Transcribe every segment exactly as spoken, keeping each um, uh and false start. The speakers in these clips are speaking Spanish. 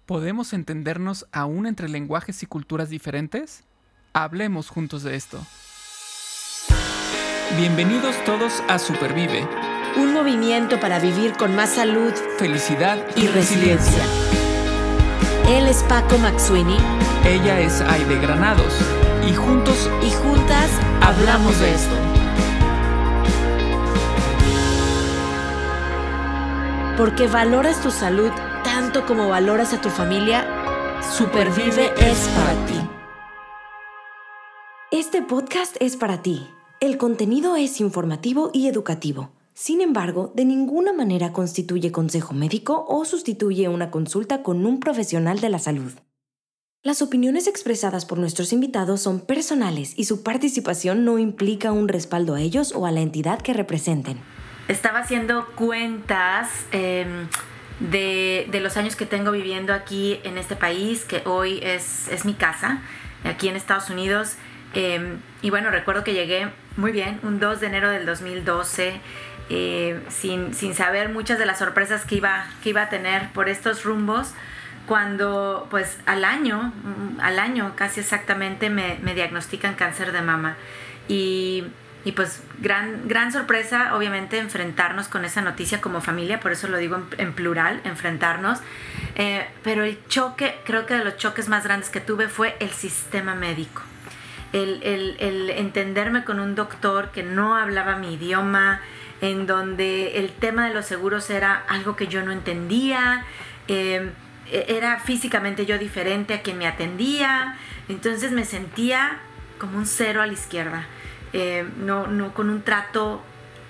¿Podemos entendernos aún entre lenguajes y culturas diferentes? Hablemos juntos de esto. Bienvenidos todos a Supervive. Un movimiento para vivir con más salud, felicidad y, y resiliencia. Él es Paco McSweeney. Ella es Aide Granados. Y juntos y juntas hablamos de esto. Porque valoras tu salud tanto como valoras a tu familia, Supervive es para ti. Este podcast es para ti. El contenido es informativo y educativo. Sin embargo, de ninguna manera constituye consejo médico o sustituye una consulta con un profesional de la salud. Las opiniones expresadas por nuestros invitados son personales y su participación no implica un respaldo a ellos o a la entidad que representen. Estaba haciendo cuentas eh, de, de los años que tengo viviendo aquí en este país, que hoy es, es mi casa, aquí en Estados Unidos. Eh, y bueno, recuerdo que llegué muy bien, un dos de enero del dos mil doce, eh, sin, sin saber muchas de las sorpresas que iba, que iba a tener por estos rumbos, cuando pues al año, al año casi exactamente me, me diagnostican cáncer de mama. Y... Y pues gran, gran sorpresa, obviamente, enfrentarnos con esa noticia como familia, por eso lo digo en, en plural, enfrentarnos. Eh, pero el choque, creo que de los choques más grandes que tuve fue el sistema médico. El, el, el entenderme con un doctor que no hablaba mi idioma, en donde el tema de los seguros era algo que yo no entendía, eh, era físicamente yo diferente a quien me atendía, entonces me sentía como un cero a la izquierda. Eh, no, no con un trato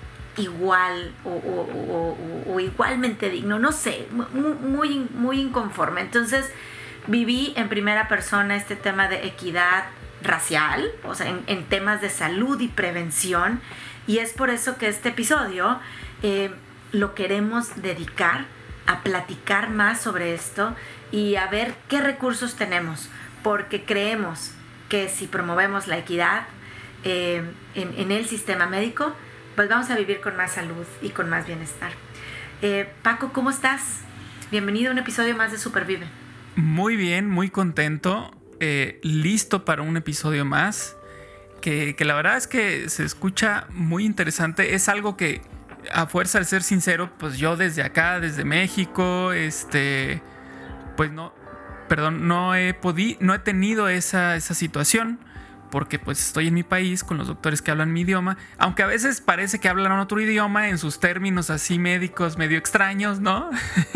igual o, o, o, o igualmente digno, no sé, muy, muy, muy inconforme. Entonces viví en primera persona este tema de equidad racial, o sea, en, en temas de salud y prevención, y es por eso que este episodio eh, lo queremos dedicar a platicar más sobre esto y a ver qué recursos tenemos, porque creemos que si promovemos la equidad Eh, en, en el sistema médico, pues vamos a vivir con más salud y con más bienestar. eh, Paco, ¿cómo estás? Bienvenido a un episodio más de Supervive. Muy bien, muy contento, eh, listo para un episodio más, que, que la verdad es que se escucha muy interesante. Es algo que, a fuerza de ser sincero, pues yo desde acá, desde México, este, pues no, perdón, no he podido, no he tenido esa, esa situación, porque pues estoy en mi país con los doctores que hablan mi idioma, aunque a veces parece que hablan otro idioma en sus términos así médicos medio extraños, ¿no?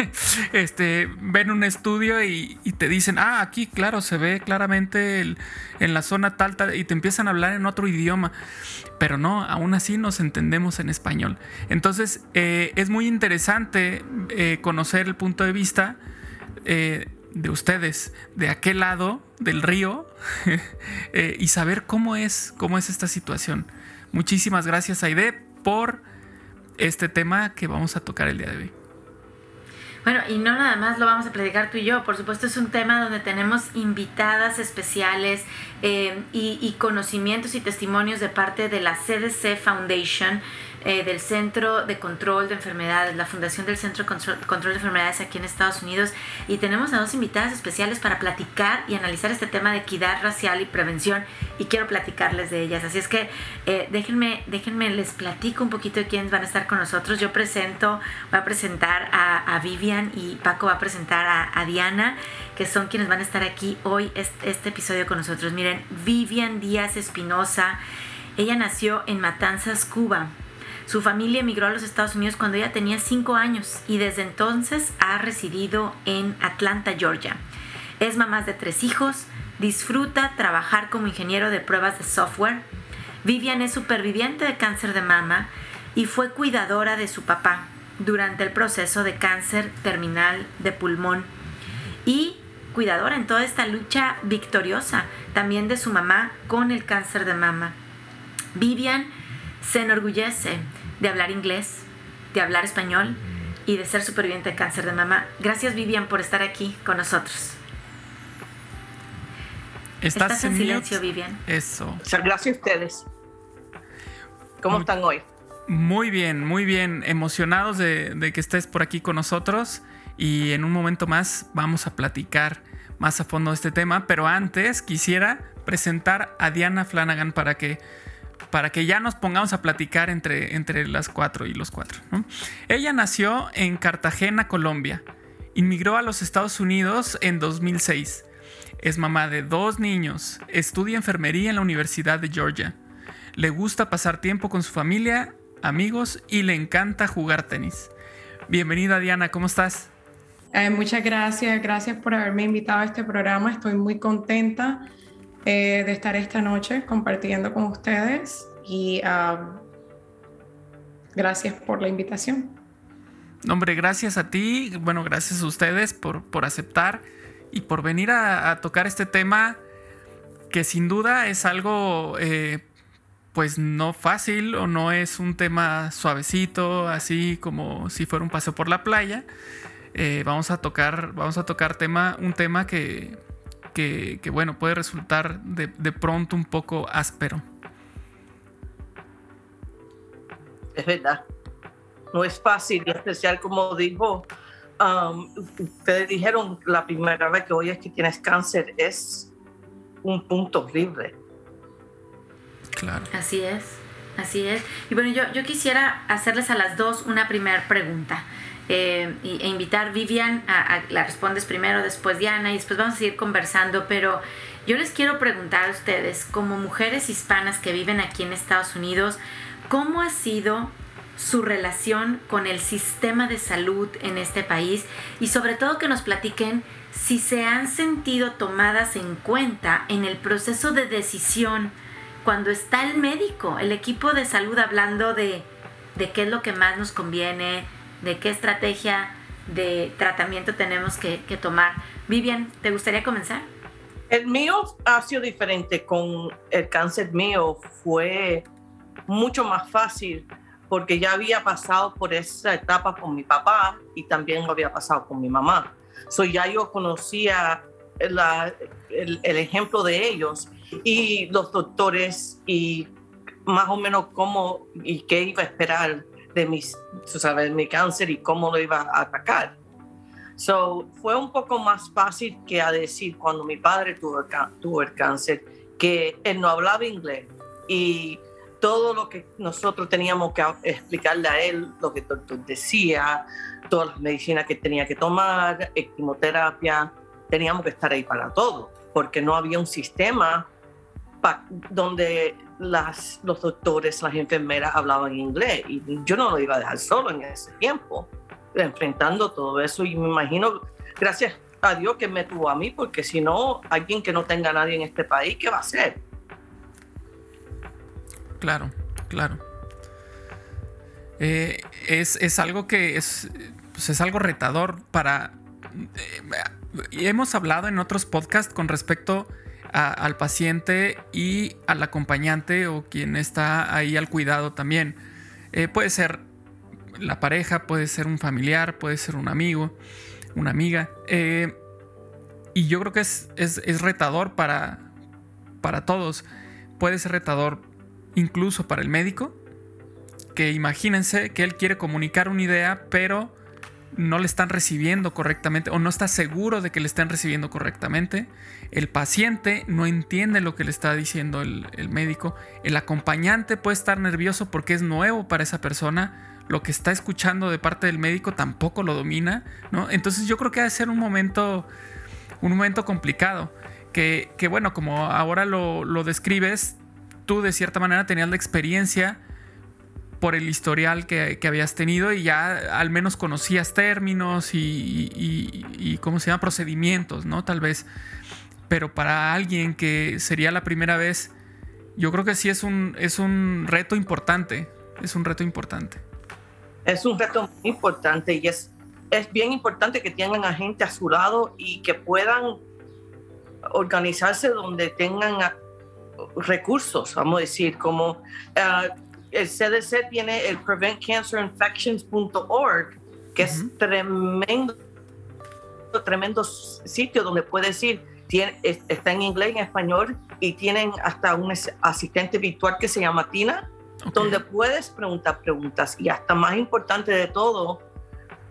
este, ven un estudio y, y te dicen, ah, aquí claro, se ve claramente el, en la zona tal, tal, y te empiezan a hablar en otro idioma, pero no, aún así nos entendemos en español. Entonces eh, es muy interesante eh, conocer el punto de vista eh, de ustedes, de aquel lado del río, eh, y saber cómo es, cómo es esta situación. Muchísimas gracias, Aide, por este tema que vamos a tocar el día de hoy. Bueno, y no nada más lo vamos a platicar tú y yo, por supuesto es un tema donde tenemos invitadas especiales eh, y, y conocimientos y testimonios de parte de la C D C Foundation, eh, del Centro de Control de Enfermedades, la Fundación del Centro de Control, Control de Enfermedades aquí en Estados Unidos, y tenemos a dos invitadas especiales para platicar y analizar este tema de equidad racial y prevención, y quiero platicarles de ellas, así es que eh, déjenme, déjenme les platico un poquito de quiénes van a estar con nosotros. Yo presento, voy a presentar a, a Vivian, y Paco va a presentar a, a Diana, que son quienes van a estar aquí hoy este, este episodio con nosotros. Miren, Vivian Díaz Espinosa, ella nació en Matanzas, Cuba. Su familia emigró a los Estados Unidos cuando ella tenía cinco años y desde entonces ha residido en Atlanta, Georgia. Es mamá de tres hijos, disfruta trabajar como ingeniero de pruebas de software. Vivian es superviviente de cáncer de mama y fue cuidadora de su papá durante el proceso de cáncer terminal de pulmón y cuidadora en toda esta lucha victoriosa también de su mamá con el cáncer de mama. Vivian se enorgullece de hablar inglés, de hablar español y de ser superviviente de cáncer de mama. Gracias, Vivian, por estar aquí con nosotros. ¿Estás, ¿Estás en silencio, Vivian? Eso. Muchas gracias a ustedes. ¿Cómo muy, están hoy? Muy bien, muy bien. Emocionados de, de que estés por aquí con nosotros. y en un momento más vamos a platicar más a fondo de este tema, pero antes quisiera presentar a Diana Flanagan para que, para que ya nos pongamos a platicar entre, entre las cuatro y los cuatro, ¿no? Ella nació en Cartagena, Colombia. Inmigró a los Estados Unidos en dos mil seis. Es mamá de dos niños. Estudia enfermería en la Universidad de Georgia. Le gusta pasar tiempo con su familia, amigos y le encanta jugar tenis. Bienvenida, Diana, ¿cómo estás? Eh, muchas gracias, gracias por haberme invitado a este programa. Estoy muy contenta eh, de estar esta noche compartiendo con ustedes y uh, gracias por la invitación. Hombre, gracias a ti, bueno, gracias a ustedes por, por aceptar y por venir a, a tocar este tema que sin duda es algo eh, pues no fácil o no es un tema suavecito, así como si fuera un paseo por la playa. Eh, vamos a tocar, vamos a tocar tema, un tema que, que, que bueno, puede resultar de, de pronto un poco áspero. Es verdad. No es fácil, y especial como dijo, um, ustedes dijeron la primera vez que oyes que tienes cáncer, es un punto horrible. Claro. Así es, así es. Y bueno, yo, yo quisiera hacerles a las dos una primera pregunta eh, e invitar a Vivian, a, a, la respondes primero, después Diana y después vamos a seguir conversando, pero yo les quiero preguntar a ustedes, como mujeres hispanas que viven aquí en Estados Unidos, ¿cómo ha sido su relación con el sistema de salud en este país? Y sobre todo que nos platiquen si se han sentido tomadas en cuenta en el proceso de decisión cuando está el médico, el equipo de salud hablando de, de qué es lo que más nos conviene, de qué estrategia de tratamiento tenemos que, que tomar. Vivian, ¿te gustaría comenzar? El mío ha sido diferente. Con el cáncer mío fue mucho más fácil porque ya había pasado por esa etapa con mi papá y también lo había pasado con mi mamá. So ya yo conocía la, el, el ejemplo de ellos y los doctores y más o menos cómo y qué iba a esperar de mis, tú sabes, mi cáncer y cómo lo iba a atacar. So fue un poco más fácil que a decir cuando mi padre tuvo, tuvo el cáncer, que él no hablaba inglés y todo lo que nosotros teníamos que explicarle a él, lo que el doctor decía, todas las medicinas que tenía que tomar, quimioterapia, teníamos que estar ahí para todo, porque no había un sistema pa- donde las, los doctores, las enfermeras hablaban inglés. Y yo no lo iba a dejar solo en ese tiempo, enfrentando todo eso. Y me imagino, gracias a Dios que me tuvo a mí, porque si no, alguien que no tenga a nadie en este país, ¿qué va a hacer? Claro, claro. Eh, es, es algo que es, pues es algo retador para... Eh, hemos hablado en otros podcasts con respecto a, al paciente y al acompañante o quien está ahí al cuidado también. Eh, puede ser la pareja, puede ser un familiar, puede ser un amigo, una amiga. Eh, y yo creo que es, es, es retador para, para todos. Puede ser retador incluso para el médico, que imagínense que él quiere comunicar una idea, pero no le están recibiendo correctamente o no está seguro de que le estén recibiendo correctamente. El paciente no entiende lo que le está diciendo el, el médico. El acompañante puede estar nervioso porque es nuevo para esa persona. Lo que está escuchando de parte del médico tampoco lo domina, ¿no? Entonces yo creo que ha de ser un momento, un momento complicado. Que, que bueno, como ahora lo, lo describes, tú de cierta manera tenías la experiencia por el historial que, que habías tenido y ya al menos conocías términos y, y, y, y ¿cómo se llama? Procedimientos, ¿no? Tal vez. Pero para alguien que sería la primera vez, yo creo que sí es un, es un reto importante. Es un reto importante. Es un reto muy importante y es, es bien importante que tengan a gente a su lado y que puedan organizarse donde tengan recursos, vamos a decir, como uh, el C D C tiene el prevent cancer infections punto org, que uh-huh. es tremendo, tremendo sitio donde puedes ir. Tiene, está en inglés y en español y tienen hasta un asistente virtual que se llama Tina, okay. donde puedes preguntar preguntas y hasta más importante de todo,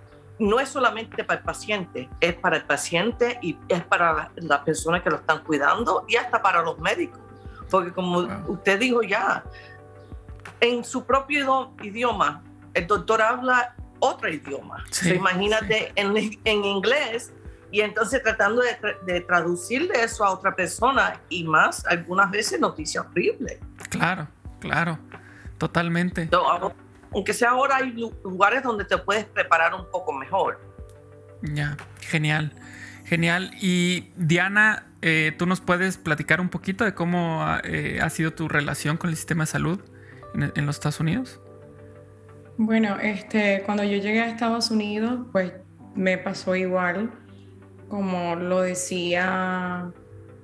no es solamente para el paciente, es para el paciente y es para las la personas que lo están cuidando y hasta para los médicos. Porque como wow. usted dijo ya, en su propio idioma, el doctor habla otro idioma. Sí, so, imagínate sí. en, en inglés y entonces tratando de, de traducirle eso a otra persona y más, algunas veces noticias horribles. Claro, claro, totalmente. So, aunque sea ahora hay lugares donde te puedes preparar un poco mejor. Ya, genial, genial. Y Diana, eh, ¿tú nos puedes platicar un poquito de cómo eh, ha sido tu relación con el sistema de salud en, en los Estados Unidos? Bueno, este, cuando yo llegué a Estados Unidos, pues me pasó igual, como lo decía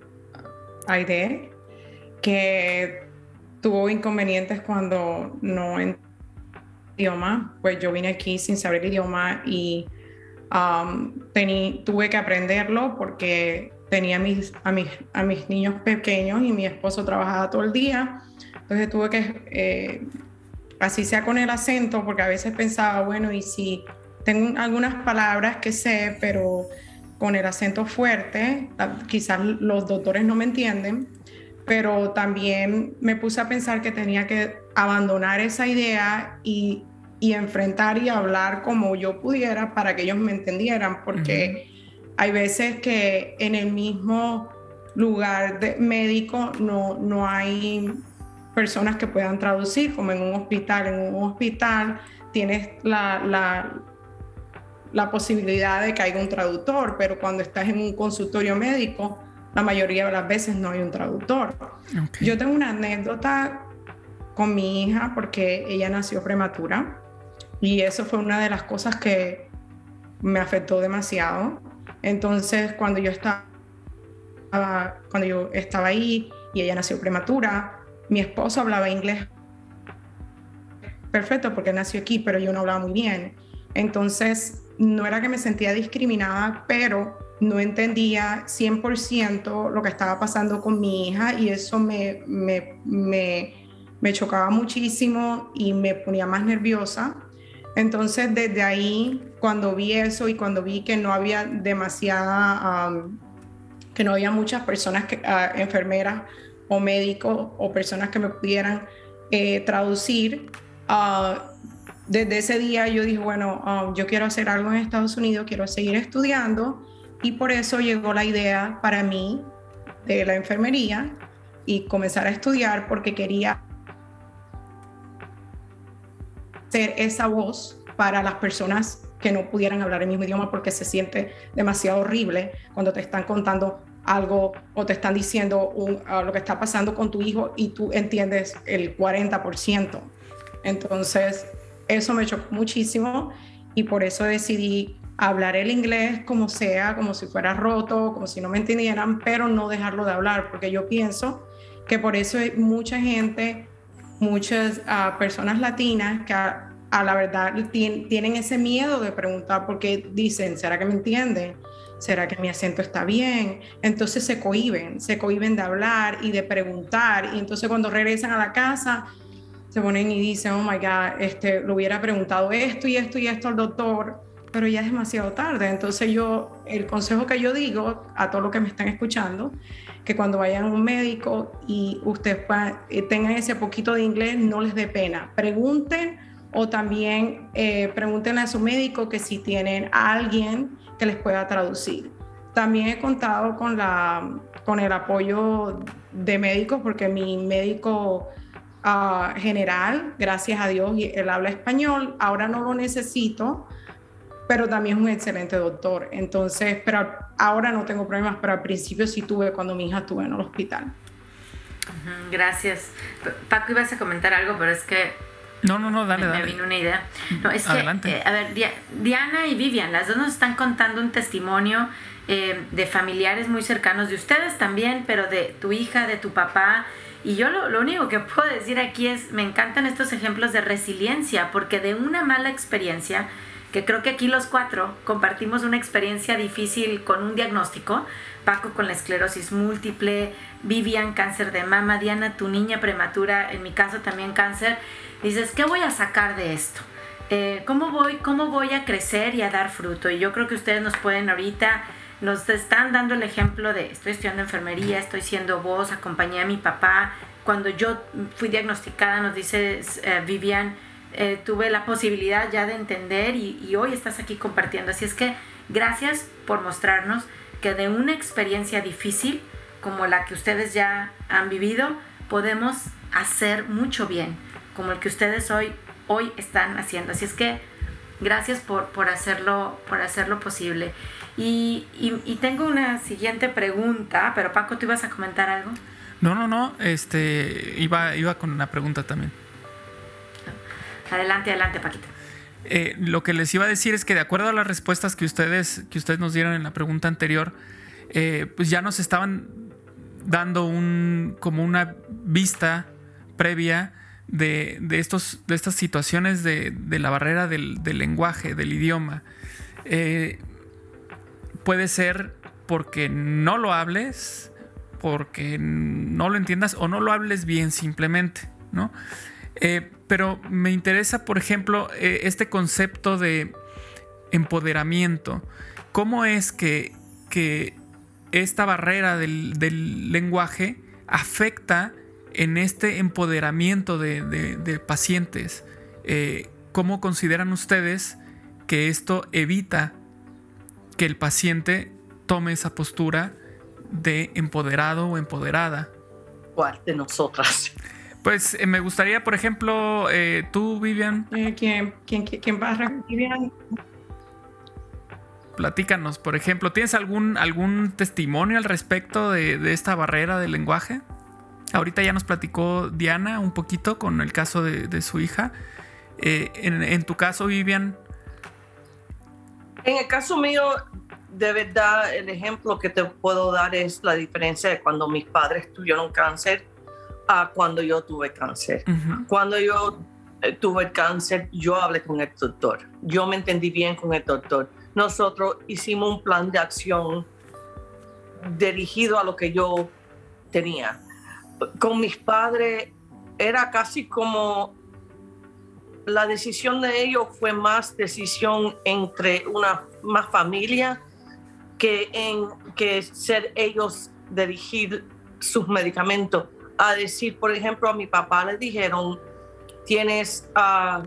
Aide, que tuvo inconvenientes cuando no entró idioma. Pues yo vine aquí sin saber el idioma y um, tení, tuve que aprenderlo porque tenía mis, a, mis, a mis niños pequeños y mi esposo trabajaba todo el día. Entonces tuve que, eh, así sea con el acento, porque a veces pensaba, bueno, y si tengo algunas palabras que sé, pero con el acento fuerte, quizás los doctores no me entienden, pero también me puse a pensar que tenía que abandonar esa idea y, y enfrentar y hablar como yo pudiera para que ellos me entendieran, porque uh-huh. hay veces que en el mismo lugar de médico no, no hay personas que puedan traducir, como en un hospital. En un hospital tienes la, la, la posibilidad de que haya un traductor, pero cuando estás en un consultorio médico, la mayoría de las veces no hay un traductor. Okay. Yo tengo una anécdota con mi hija porque ella nació prematura y eso fue una de las cosas que me afectó demasiado. Entonces, cuando yo estaba, cuando yo estaba ahí y ella nació prematura, mi esposo hablaba inglés perfecto porque él nació aquí, pero yo no hablaba muy bien. Entonces, no era que me sentía discriminada, pero no entendía cien por ciento lo que estaba pasando con mi hija y eso me, me, me, me chocaba muchísimo y me ponía más nerviosa. Entonces, desde ahí, cuando vi eso y cuando vi que no había demasiada, um, que no había muchas personas, que, uh, enfermeras o médicos o personas que me pudieran eh, traducir, uh, desde ese día yo dije, bueno, uh, yo quiero hacer algo en Estados Unidos, quiero seguir estudiando. Y por eso llegó la idea para mí de la enfermería y comenzar a estudiar porque quería ser esa voz para las personas que no pudieran hablar el mismo idioma porque se siente demasiado horrible cuando te están contando algo o te están diciendo un, uh, lo que está pasando con tu hijo y tú entiendes el cuarenta por ciento. Entonces, eso me chocó muchísimo y por eso decidí hablar el inglés como sea, como si fuera roto, como si no me entendieran, pero no dejarlo de hablar, porque yo pienso que por eso hay mucha gente, muchas uh, personas latinas que a, a la verdad tien, tienen ese miedo de preguntar porque dicen, ¿será que me entienden? ¿Será que mi acento está bien? Entonces se cohíben, se cohíben de hablar y de preguntar, y entonces cuando regresan a la casa se ponen y dicen, oh my God, este, lo hubiera preguntado esto y esto y esto al doctor, pero ya es demasiado tarde. Entonces yo, el consejo que yo digo a todos los que me están escuchando, que cuando vayan a un médico y ustedes tengan ese poquito de inglés, no les dé pena. Pregunten o también eh, pregúntenle a su médico que si tienen a alguien que les pueda traducir. También he contado con, la, con el apoyo de médicos porque mi médico uh, general, gracias a Dios, él habla español. Ahora no lo necesito, pero también es un excelente doctor. Entonces, pero ahora no tengo problemas, pero al principio sí tuve cuando mi hija estuvo en el hospital. Uh-huh, gracias. Paco, ibas a comentar algo, pero es que No, no, no, dale, me, dale. Me vino una idea. No, es Adelante. que, eh, a ver, Diana y Vivian, las dos nos están contando un testimonio eh, de familiares muy cercanos de ustedes también, pero de tu hija, de tu papá. Y yo lo, lo único que puedo decir aquí es, me encantan estos ejemplos de resiliencia, porque de una mala experiencia, que creo que aquí los cuatro compartimos una experiencia difícil con un diagnóstico, Paco con la esclerosis múltiple, Vivian cáncer de mama, Diana tu niña prematura, en mi caso también cáncer, dices, ¿qué voy a sacar de esto? eh, ¿cómo, voy, ¿cómo voy a crecer y a dar fruto? Y yo creo que ustedes nos pueden ahorita, nos están dando el ejemplo de estoy estudiando enfermería, estoy siendo voz, acompañé a mi papá. Cuando yo fui diagnosticada, nos dice eh, Vivian, eh, tuve la posibilidad ya de entender y, y hoy estás aquí compartiendo. Así es que gracias por mostrarnos que de una experiencia difícil como la que ustedes ya han vivido, podemos hacer mucho bien, como el que ustedes hoy, hoy están haciendo. Así es que gracias por, por, hacerlo, por hacerlo posible. Y, y, y tengo una siguiente pregunta, pero Paco, ¿tú ibas a comentar algo? No, no, no, este, iba, iba con una pregunta también. Adelante, adelante, Paquita. Eh, lo que les iba a decir es que de acuerdo a las respuestas que ustedes, que ustedes nos dieron en la pregunta anterior, eh, pues ya nos estaban dando un, como una vista previa de, de, estos, de estas situaciones de, de la barrera del, del lenguaje, del idioma. Eh, puede ser porque no lo hables, porque no lo entiendas o no lo hables bien simplemente, ¿no? Eh, pero me interesa, por ejemplo, eh, este concepto de empoderamiento. ¿Cómo es que, que esta barrera del, del lenguaje afecta en este empoderamiento de, de, de pacientes? Eh, ¿Cómo consideran ustedes que esto evita que el paciente tome esa postura de empoderado o empoderada? ¿Cuál de nosotras? Pues eh, me gustaría, por ejemplo, eh, tú, Vivian. Eh, ¿quién, quién, quién va a Vivian? Platícanos, por ejemplo, ¿tienes algún, algún testimonio al respecto de, de esta barrera del lenguaje? Ahorita ya nos platicó Diana un poquito con el caso de, de su hija. Eh, en, en tu caso, Vivian. En el caso mío, de verdad, el ejemplo que te puedo dar es la diferencia de cuando mis padres tuvieron cáncer a cuando yo tuve cáncer. Uh-huh. Cuando yo eh, tuve el cáncer, yo hablé con el doctor. Yo me entendí bien con el doctor. Nosotros hicimos un plan de acción dirigido a lo que yo tenía. Con mis padres era casi como la decisión de ellos fue más decisión entre una más familia que en que ser ellos dirigir sus medicamentos. A decir, por ejemplo, a mi papá le dijeron, tienes uh,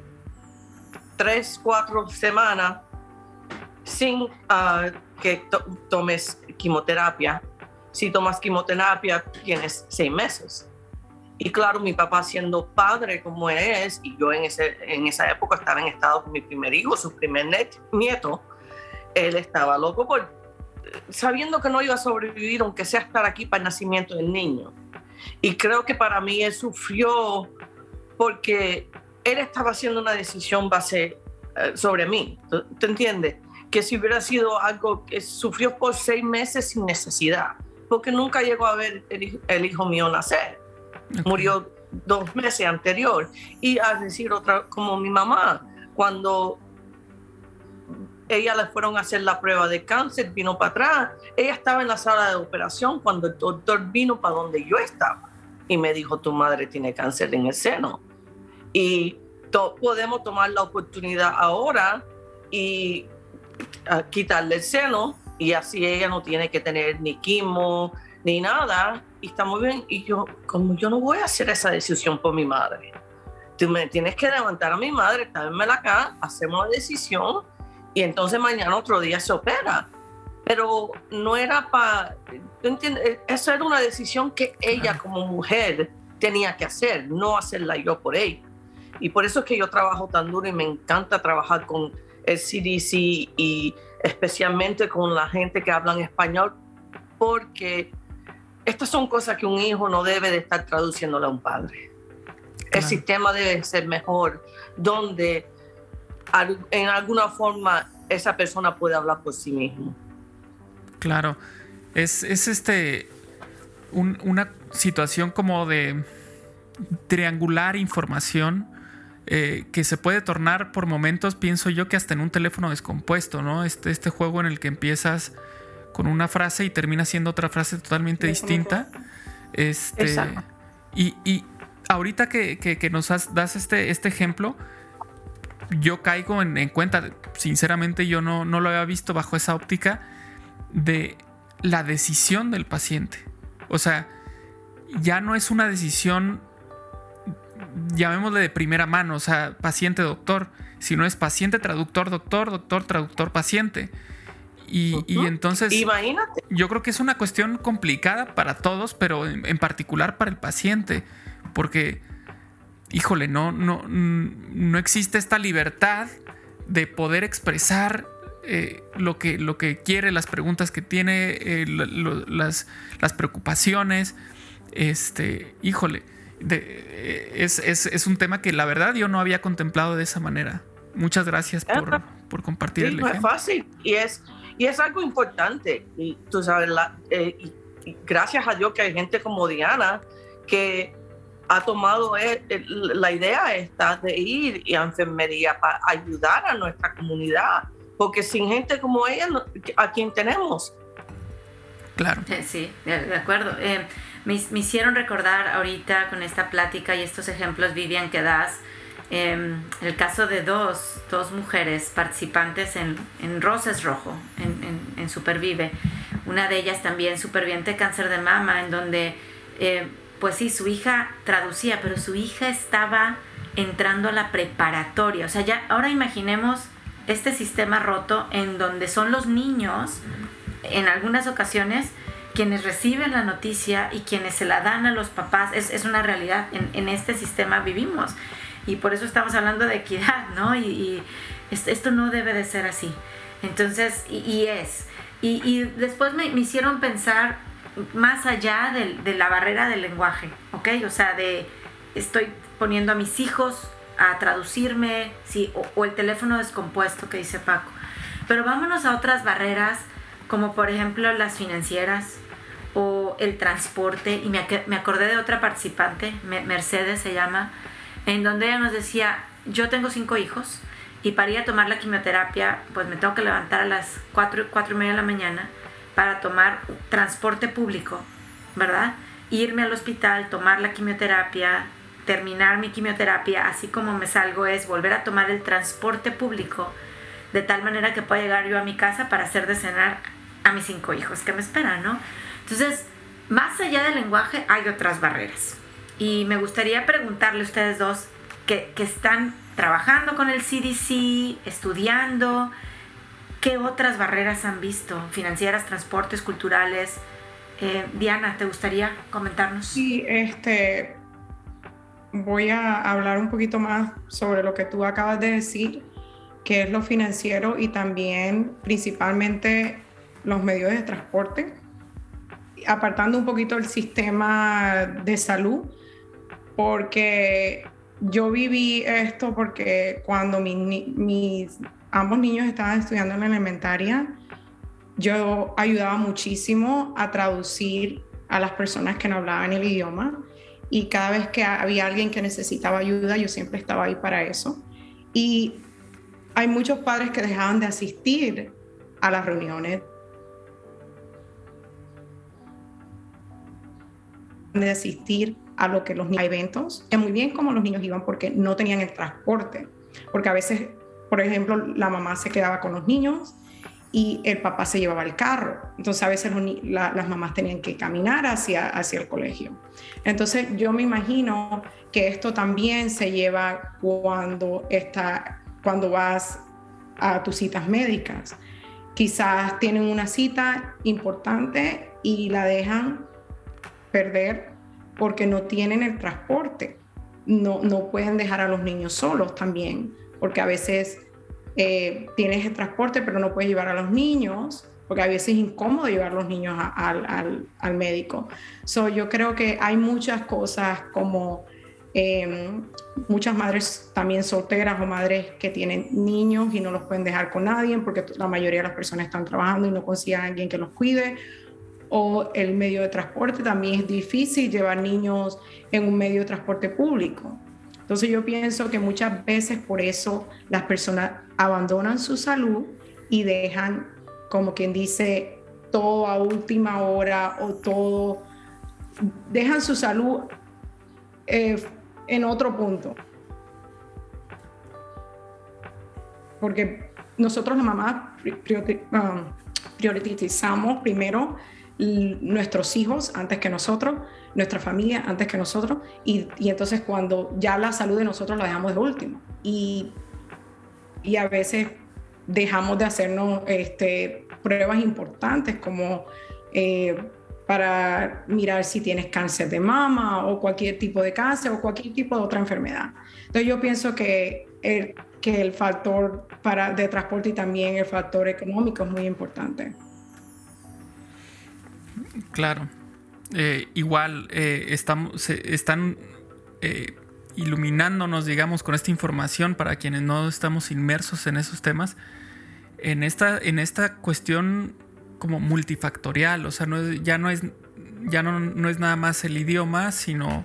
tres, cuatro semanas sin uh, que to- tomes quimioterapia. Si tomas quimioterapia, tienes seis meses. Y claro, mi papá siendo padre como él es, y yo en, ese, en esa época estaba en estado con mi primer hijo, su primer net, nieto, él estaba loco por, sabiendo que no iba a sobrevivir, aunque sea estar aquí para el nacimiento del niño. Y creo que para mí él sufrió porque él estaba haciendo una decisión base uh, sobre mí. ¿Te entiendes? Que si hubiera sido algo que sufrió por seis meses sin necesidad, porque nunca llegó a ver el, el hijo mío nacer. Okay. Murió dos meses anterior. Y a decir otra, como mi mamá, cuando ella le fueron a hacer la prueba de cáncer, vino para atrás, ella estaba en la sala de operación cuando el doctor vino para donde yo estaba y me dijo, tu madre tiene cáncer en el seno. Y to- podemos tomar la oportunidad ahora y uh, quitarle el seno y así ella no tiene que tener ni quimo ni nada y está muy bien. Y yo, como yo no voy a hacer esa decisión por mi madre, tú me tienes que levantar a mi madre, tráemela acá, hacemos la decisión y entonces mañana otro día se opera. Pero no era para, ¿tú entiendes? Esa era una decisión que ella como mujer tenía que hacer, no hacerla yo por ella. Y por eso es que yo trabajo tan duro y me encanta trabajar con el C D C y especialmente con la gente que habla en español, porque estas son cosas que un hijo no debe de estar traduciéndole a un padre. Claro. El sistema debe ser mejor, donde en alguna forma esa persona puede hablar por sí mismo. Claro, es, es este un, una situación como de triangular información eh, que se puede tornar por momentos, pienso yo, que hasta en un teléfono descompuesto, ¿no? Este, este juego en el que empiezas con una frase y termina siendo otra frase totalmente distinta. Este, Exacto. Y, y ahorita que, que, que nos has, das este, este ejemplo, yo caigo en, en cuenta, sinceramente yo no, no lo había visto bajo esa óptica de la decisión del paciente. O sea, ya no es una decisión, llamémosle de primera mano, o sea, paciente-doctor, sino es paciente-traductor-doctor, doctor-traductor-paciente. Y, uh-huh. y entonces, imagínate. Yo creo que es una cuestión complicada para todos, pero en, en particular para el paciente, porque, híjole, no, no, no existe esta libertad de poder expresar eh, lo, que, lo que quiere, las preguntas que tiene, eh, lo, lo, las, las preocupaciones. Este, híjole, de, eh, es, es, es un tema que la verdad yo no había contemplado de esa manera. Muchas gracias por, por compartir sí, el no ejemplo. Es fácil y es, y es algo importante. Y tú sabes, la, eh, y, y gracias a Dios que hay gente como Diana que ha tomado el, el, la idea esta de ir a enfermería para ayudar a nuestra comunidad, porque sin gente como ella, ¿a quién tenemos? Claro. Sí, de, de acuerdo. Eh, me, me hicieron recordar ahorita con esta plática y estos ejemplos, Vivian, que das, eh, el caso de dos, dos mujeres participantes en, en Rosas Rojo, en, en, en Supervive. Una de ellas también superviviente de cáncer de mama, en donde, eh, pues sí, su hija traducía, pero su hija estaba entrando a la preparatoria. O sea, ya ahora imaginemos este sistema roto en donde son los niños, en algunas ocasiones, quienes reciben la noticia y quienes se la dan a los papás. Es, es una realidad. En, en este sistema vivimos. Y por eso estamos hablando de equidad, ¿no? Y, y esto no debe de ser así. Entonces, y, y es. Y, y después me, me hicieron pensar más allá de, de la barrera del lenguaje, ¿ok? O sea, de estoy poniendo a mis hijos a traducirme, sí, o, o el teléfono descompuesto que dice Paco. Pero vámonos a otras barreras, como por ejemplo las financieras o el transporte. Y me, me acordé de otra participante, Mercedes se llama, en donde ella nos decía, yo tengo cinco hijos y para ir a tomar la quimioterapia, pues me tengo que levantar a las cuatro, cuatro y media de la mañana para tomar transporte público, ¿verdad? Irme al hospital, tomar la quimioterapia, terminar mi quimioterapia, así como me salgo es volver a tomar el transporte público, de tal manera que pueda llegar yo a mi casa para hacer de cenar a mis cinco hijos que me esperan, ¿no? Entonces, más allá del lenguaje hay otras barreras. Y me gustaría preguntarle a ustedes dos que, que están trabajando con el C D C, estudiando, ¿qué otras barreras han visto? Financieras, transportes, culturales. Eh, Diana, ¿te gustaría comentarnos? Sí, este, voy a hablar un poquito más sobre lo que tú acabas de decir, que es lo financiero y también principalmente los medios de transporte, apartando un poquito el sistema de salud, porque yo viví esto porque cuando mi, mis ambos niños estaban estudiando en la elementaria, yo ayudaba muchísimo a traducir a las personas que no hablaban el idioma, y cada vez que había alguien que necesitaba ayuda, yo siempre estaba ahí para eso. Y hay muchos padres que dejaban de asistir a las reuniones, de asistir a lo que los niños, a eventos, y muy bien como los niños iban porque no tenían el transporte, porque a veces, por ejemplo, la mamá se quedaba con los niños y el papá se llevaba el carro, entonces a veces los, la, las mamás tenían que caminar hacia, hacia el colegio. Entonces yo me imagino que esto también se lleva cuando, está, cuando vas a tus citas médicas. Quizás tienen una cita importante y la dejan perder porque no tienen el transporte. No, no pueden dejar a los niños solos también, porque a veces eh, tienes el transporte pero no puedes llevar a los niños, porque a veces es incómodo llevar a los niños a, a, al, al médico. So, yo creo que hay muchas cosas como eh, muchas madres también solteras o madres que tienen niños y no los pueden dejar con nadie porque la mayoría de las personas están trabajando y no consiguen a alguien que los cuide. O el medio de transporte, también es difícil llevar niños en un medio de transporte público. Entonces yo pienso que muchas veces por eso las personas abandonan su salud y dejan, como quien dice, todo a última hora o todo, dejan su salud eh, en otro punto. porque nosotros las mamás priorizamos primero nuestros hijos antes que nosotros, nuestra familia antes que nosotros, y, y entonces cuando ya la salud de nosotros la dejamos de último. Y, y a veces dejamos de hacernos este, pruebas importantes como eh, para mirar si tienes cáncer de mama o cualquier tipo de cáncer o cualquier tipo de otra enfermedad. Entonces yo pienso que el, que el factor para, de transporte y también el factor económico es muy importante. Claro. Eh, igual eh, estamos, se, están eh, iluminándonos, digamos, con esta información para quienes no estamos inmersos en esos temas, en esta, en esta cuestión como multifactorial. O sea, no es, ya, no es, ya no, no es nada más el idioma, sino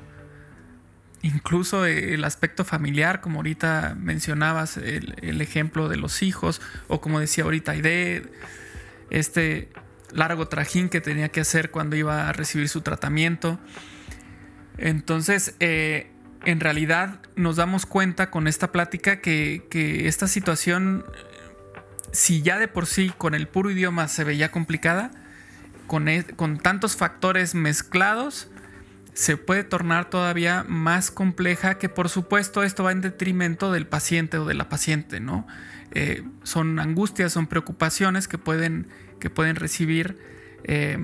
incluso el aspecto familiar, como ahorita mencionabas, el, el ejemplo de los hijos, o como decía ahorita Aide, este largo trajín que tenía que hacer cuando iba a recibir su tratamiento. Entonces, eh, en realidad nos damos cuenta con esta plática que, que esta situación, si ya de por sí con el puro idioma se veía complicada, con, el, con tantos factores mezclados, se puede tornar todavía más compleja, que por supuesto esto va en detrimento del paciente o de la paciente, ¿no? Eh, son angustias, son preocupaciones que pueden, que pueden recibir eh,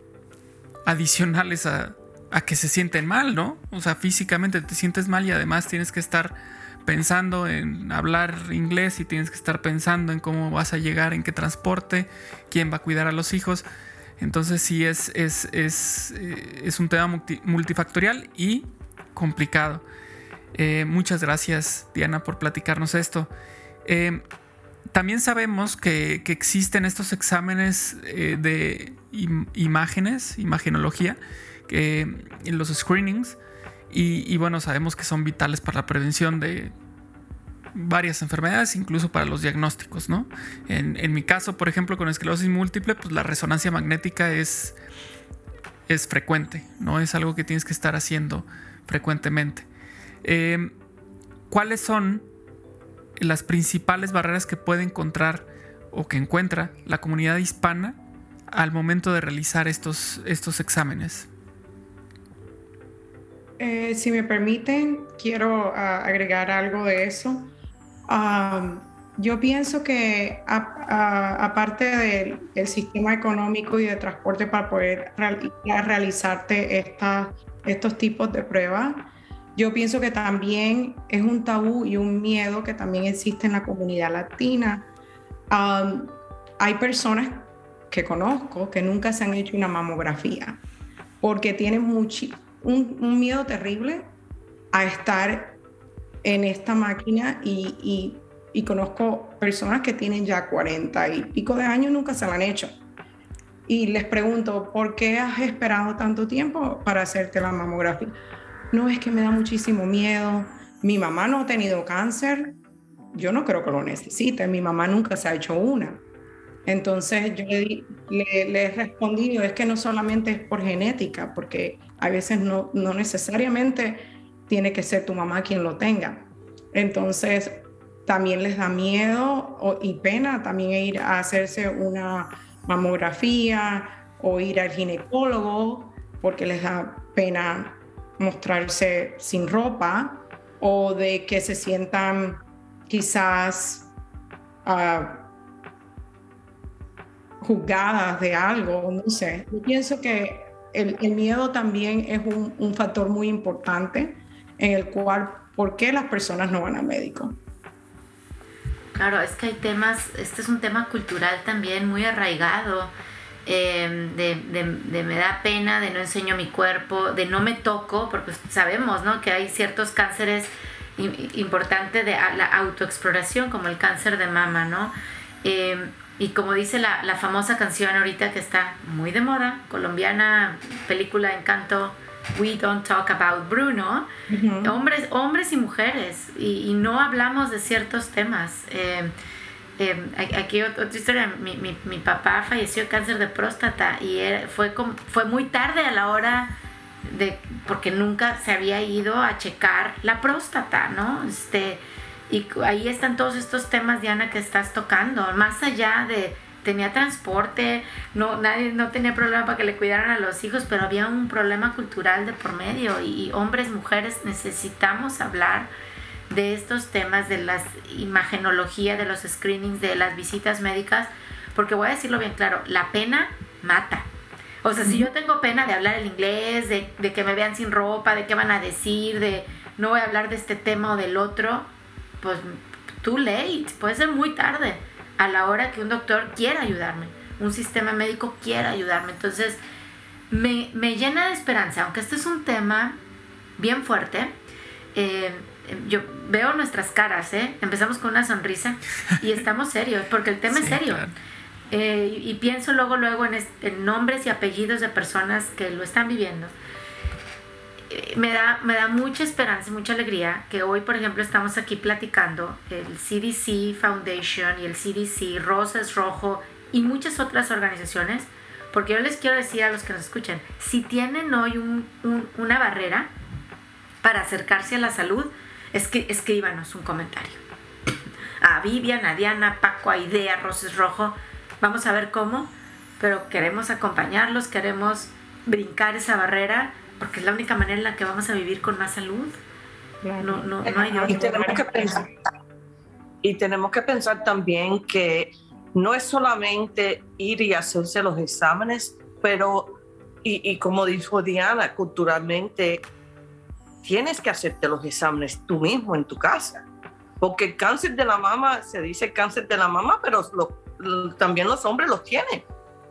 adicionales a, a que se sienten mal, ¿no? O sea, físicamente te sientes mal y además tienes que estar pensando en hablar inglés y tienes que estar pensando en cómo vas a llegar, en qué transporte, quién va a cuidar a los hijos. Entonces sí es, es, es, es un tema multi, multifactorial y complicado. Eh, muchas gracias, Diana, por platicarnos esto. Eh, también sabemos que, que existen estos exámenes eh, de im- imágenes, imagenología, que, en los screenings, y, y bueno, sabemos que son vitales para la prevención de varias enfermedades, incluso para los diagnósticos, ¿no? En, en mi caso, por ejemplo, con esclerosis múltiple, pues la resonancia magnética es, es frecuente, ¿no? Es algo que tienes que estar haciendo frecuentemente. Eh, ¿Cuáles son las principales barreras que puede encontrar o que encuentra la comunidad hispana al momento de realizar estos, estos exámenes? Eh, si me permiten, quiero uh, agregar algo de eso. Um, yo pienso que a, a, aparte del el sistema económico y de transporte para poder real, realizarte esta, estos tipos de pruebas, yo pienso que también es un tabú y un miedo que también existe en la comunidad latina. Um, hay personas que conozco que nunca se han hecho una mamografía porque tienen mucho, un, un miedo terrible a estar en esta máquina y, y, y conozco personas que tienen ya cuarenta y pico de años y nunca se la han hecho. Y les pregunto, ¿por qué has esperado tanto tiempo para hacerte la mamografía? No, es que me da muchísimo miedo. Mi mamá no ha tenido cáncer. Yo no creo que lo necesite. Mi mamá nunca se ha hecho una. Entonces yo le, le, le he respondido, es que no solamente es por genética, porque a veces no, no necesariamente tiene que ser tu mamá quien lo tenga. Entonces también les da miedo o, y pena también ir a hacerse una mamografía o ir al ginecólogo porque les da pena mostrarse sin ropa o de que se sientan quizás uh, juzgadas de algo, no sé. Yo pienso que el, el miedo también es un, un factor muy importante en el cual, ¿por qué las personas no van al médico? Claro, es que hay temas, este es un tema cultural también muy arraigado, eh, de, de, de me da pena, de no enseño mi cuerpo, de no me toco, porque sabemos, ¿no?, que hay ciertos cánceres importantes de la autoexploración, como el cáncer de mama, ¿no? Eh, y como dice la, la famosa canción ahorita que está muy de moda, colombiana, película Encanto, We Don't Talk About Bruno, uh-huh. hombres, hombres y mujeres, y, y no hablamos de ciertos temas. Eh, eh, aquí otra historia, mi, mi, mi papá falleció de cáncer de próstata y era, fue, como, fue muy tarde a la hora, de, porque nunca se había ido a checar la próstata, ¿no? Este, Y ahí están todos estos temas, Diana, que estás tocando, más allá de tenía transporte, no, nadie, no tenía problema para que le cuidaran a los hijos, pero había un problema cultural de por medio, y, y hombres, mujeres, necesitamos hablar de estos temas, de la imagenología, de los screenings, de las visitas médicas, porque voy a decirlo bien claro, la pena mata. O sea, si yo tengo pena de hablar el inglés, de, de que me vean sin ropa, de qué van a decir, de no voy a hablar de este tema o del otro, pues too late, puede ser muy tarde a la hora que un doctor quiera ayudarme, un sistema médico quiera ayudarme. Entonces me, me llena de esperanza, aunque este es un tema bien fuerte. eh, yo veo nuestras caras, ¿eh? Empezamos con una sonrisa y estamos serios porque el tema sí, es serio. Claro. eh, y pienso luego luego en, en nombres y apellidos de personas que lo están viviendo. Me da, me da mucha esperanza, mucha alegría que hoy, por ejemplo, estamos aquí platicando el C D C Foundation y el C D C, Rosa es Rojo y muchas otras organizaciones, porque yo les quiero decir a los que nos escuchan, si tienen hoy un, un, una barrera para acercarse a la salud, es que escríbanos un comentario. A Vivian, a Diana, Paco, a Idea, Rosa es Rojo, vamos a ver cómo, pero queremos acompañarlos, queremos brincar esa barrera, porque es la única manera en la que vamos a vivir con más salud. No, no, no hay y, tenemos que pensar, y tenemos que pensar también que no es solamente ir y hacerse los exámenes, pero, y, y como dijo Diana, culturalmente tienes que hacerte los exámenes tú mismo en tu casa, porque el cáncer de la mama, se dice cáncer de la mama, pero lo, lo, también los hombres los tienen.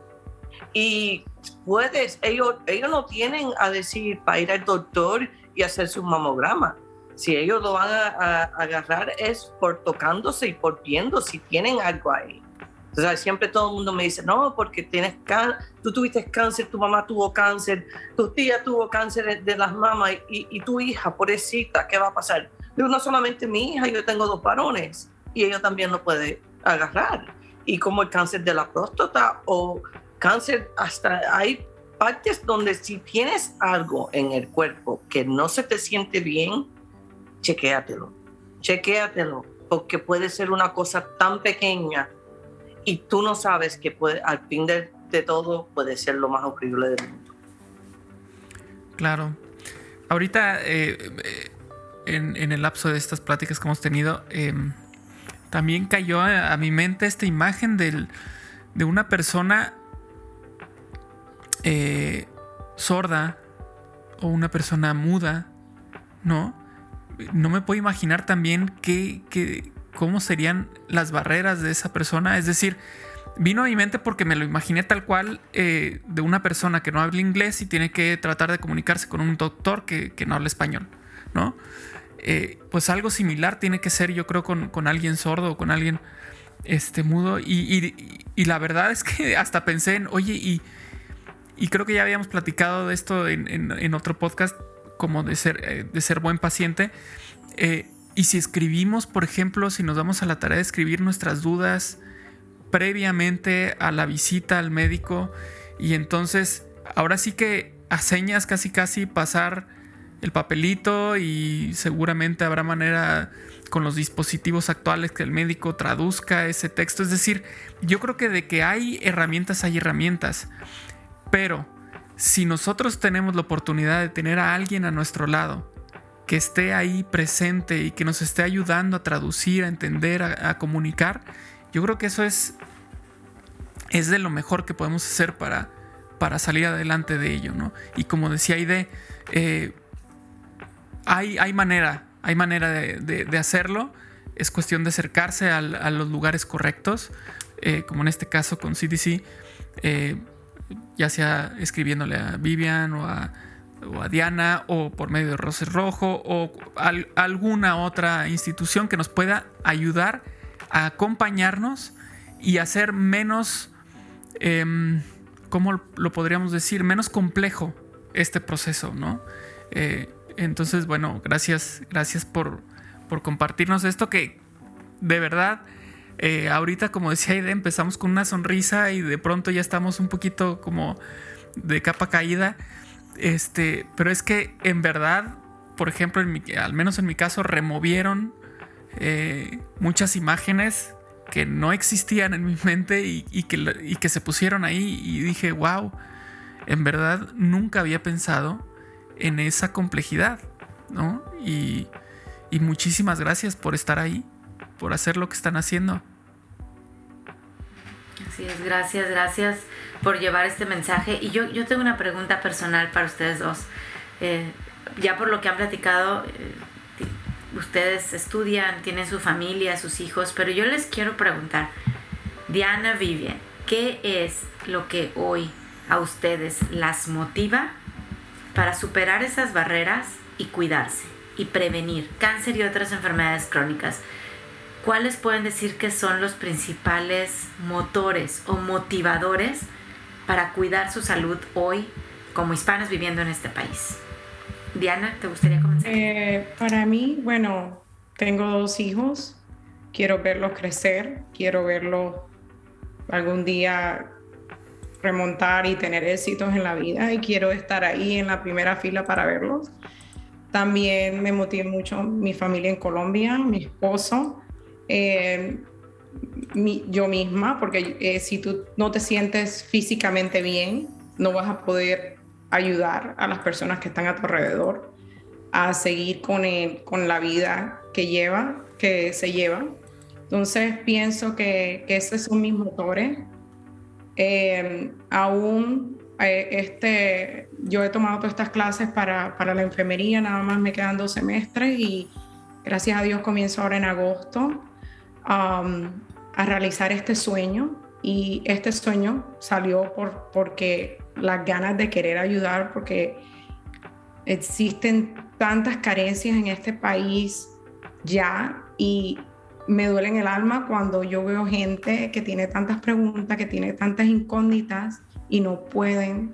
Y puedes, ellos, ellos no tienen a decir para ir al doctor y hacerse un mamograma. Si ellos lo van a, a, a agarrar es por tocándose y por viendo si tienen algo ahí. O sea, siempre todo el mundo me dice, no, porque tienes cáncer, tú tuviste cáncer, tu mamá tuvo cáncer, tu tía tuvo cáncer de las mamas y, y tu hija, pobrecita, ¿qué va a pasar? Yo no solamente mi hija, yo tengo dos varones y ella también lo puede agarrar. Y como el cáncer de la próstata o cáncer, hasta hay partes donde si tienes algo en el cuerpo que no se te siente bien, chequéatelo, chequéatelo, porque puede ser una cosa tan pequeña y tú no sabes que puede, al fin de, de todo puede ser lo más horrible del mundo. Claro. Ahorita, eh, en, en el lapso de estas pláticas que hemos tenido, eh, también cayó a, a mi mente esta imagen del, de una persona Eh, sorda o una persona muda, ¿no? No me puedo imaginar también qué, qué, cómo serían las barreras de esa persona. Es decir, vino a mi mente porque me lo imaginé tal cual, eh, de una persona que no habla inglés y tiene que tratar de comunicarse con un doctor que, que no habla español, ¿no? Eh, pues algo similar tiene que ser, yo creo, con, con alguien sordo o con alguien este, mudo. Y, y, y la verdad es que hasta pensé en, oye, y Y creo que ya habíamos platicado de esto en, en, en otro podcast, como de ser, eh, de ser buen paciente. Eh, y si escribimos, por ejemplo, si nos damos a la tarea de escribir nuestras dudas previamente a la visita al médico, y entonces ahora sí que a señas casi casi pasar el papelito, y seguramente habrá manera con los dispositivos actuales que el médico traduzca ese texto. Es decir, yo creo que de que hay herramientas, hay herramientas. Pero si nosotros tenemos la oportunidad de tener a alguien a nuestro lado que esté ahí presente y que nos esté ayudando a traducir, a entender, a, a comunicar, yo creo que eso es, es de lo mejor que podemos hacer para, para salir adelante de ello, ¿no? Y como decía Aide, eh, hay, hay manera, hay manera de, de, de hacerlo. Es cuestión de acercarse a, a los lugares correctos, eh, como en este caso con C D C, eh, ya sea escribiéndole a Vivian o a, o a Diana, o por medio de Rosa es Rojo, o al, alguna otra institución que nos pueda ayudar a acompañarnos y hacer menos, eh, ¿cómo lo podríamos decir? Menos complejo este proceso, ¿no? Eh, entonces, bueno, gracias, gracias por, por compartirnos esto que de verdad... Eh, ahorita, como decía Aide, empezamos con una sonrisa y de pronto ya estamos un poquito como de capa caída. Este, pero es que en verdad, por ejemplo, en mi, al menos en mi caso, removieron eh, muchas imágenes que no existían en mi mente y, y, que, y que se pusieron ahí, y dije, wow, en verdad nunca había pensado en esa complejidad, ¿no? Y, y muchísimas gracias por estar ahí, por hacer lo que están haciendo. Así es, gracias, gracias por llevar este mensaje. Y yo, yo tengo una pregunta personal para ustedes dos. Eh, ya por lo que han platicado, eh, ustedes estudian, tienen su familia, sus hijos, pero yo les quiero preguntar, Diana, Vivian, ¿qué es lo que hoy a ustedes las motiva para superar esas barreras y cuidarse y prevenir cáncer y otras enfermedades crónicas? ¿Cuáles pueden decir que son los principales motores o motivadores para cuidar su salud hoy como hispanos viviendo en este país? Diana, ¿te gustaría comenzar? Eh, para mí, bueno, tengo dos hijos, quiero verlos crecer, quiero verlos algún día remontar y tener éxitos en la vida, y quiero estar ahí en la primera fila para verlos. También me motiva mucho mi familia en Colombia, mi esposo, eh, mi, yo misma, porque eh, si tú no te sientes físicamente bien, no vas a poder ayudar a las personas que están a tu alrededor a seguir con, el, con la vida que lleva, que se lleva. Entonces pienso que, que esos son mis motores. Eh, aún eh, este, yo he tomado todas estas clases para, para la enfermería, nada más me quedan dos semestres y gracias a Dios comienzo ahora en agosto um, a realizar este sueño, y este sueño salió por, porque las ganas de querer ayudar, porque existen tantas carencias en este país ya, y me duele en el alma cuando yo veo gente que tiene tantas preguntas, que tiene tantas incógnitas y no pueden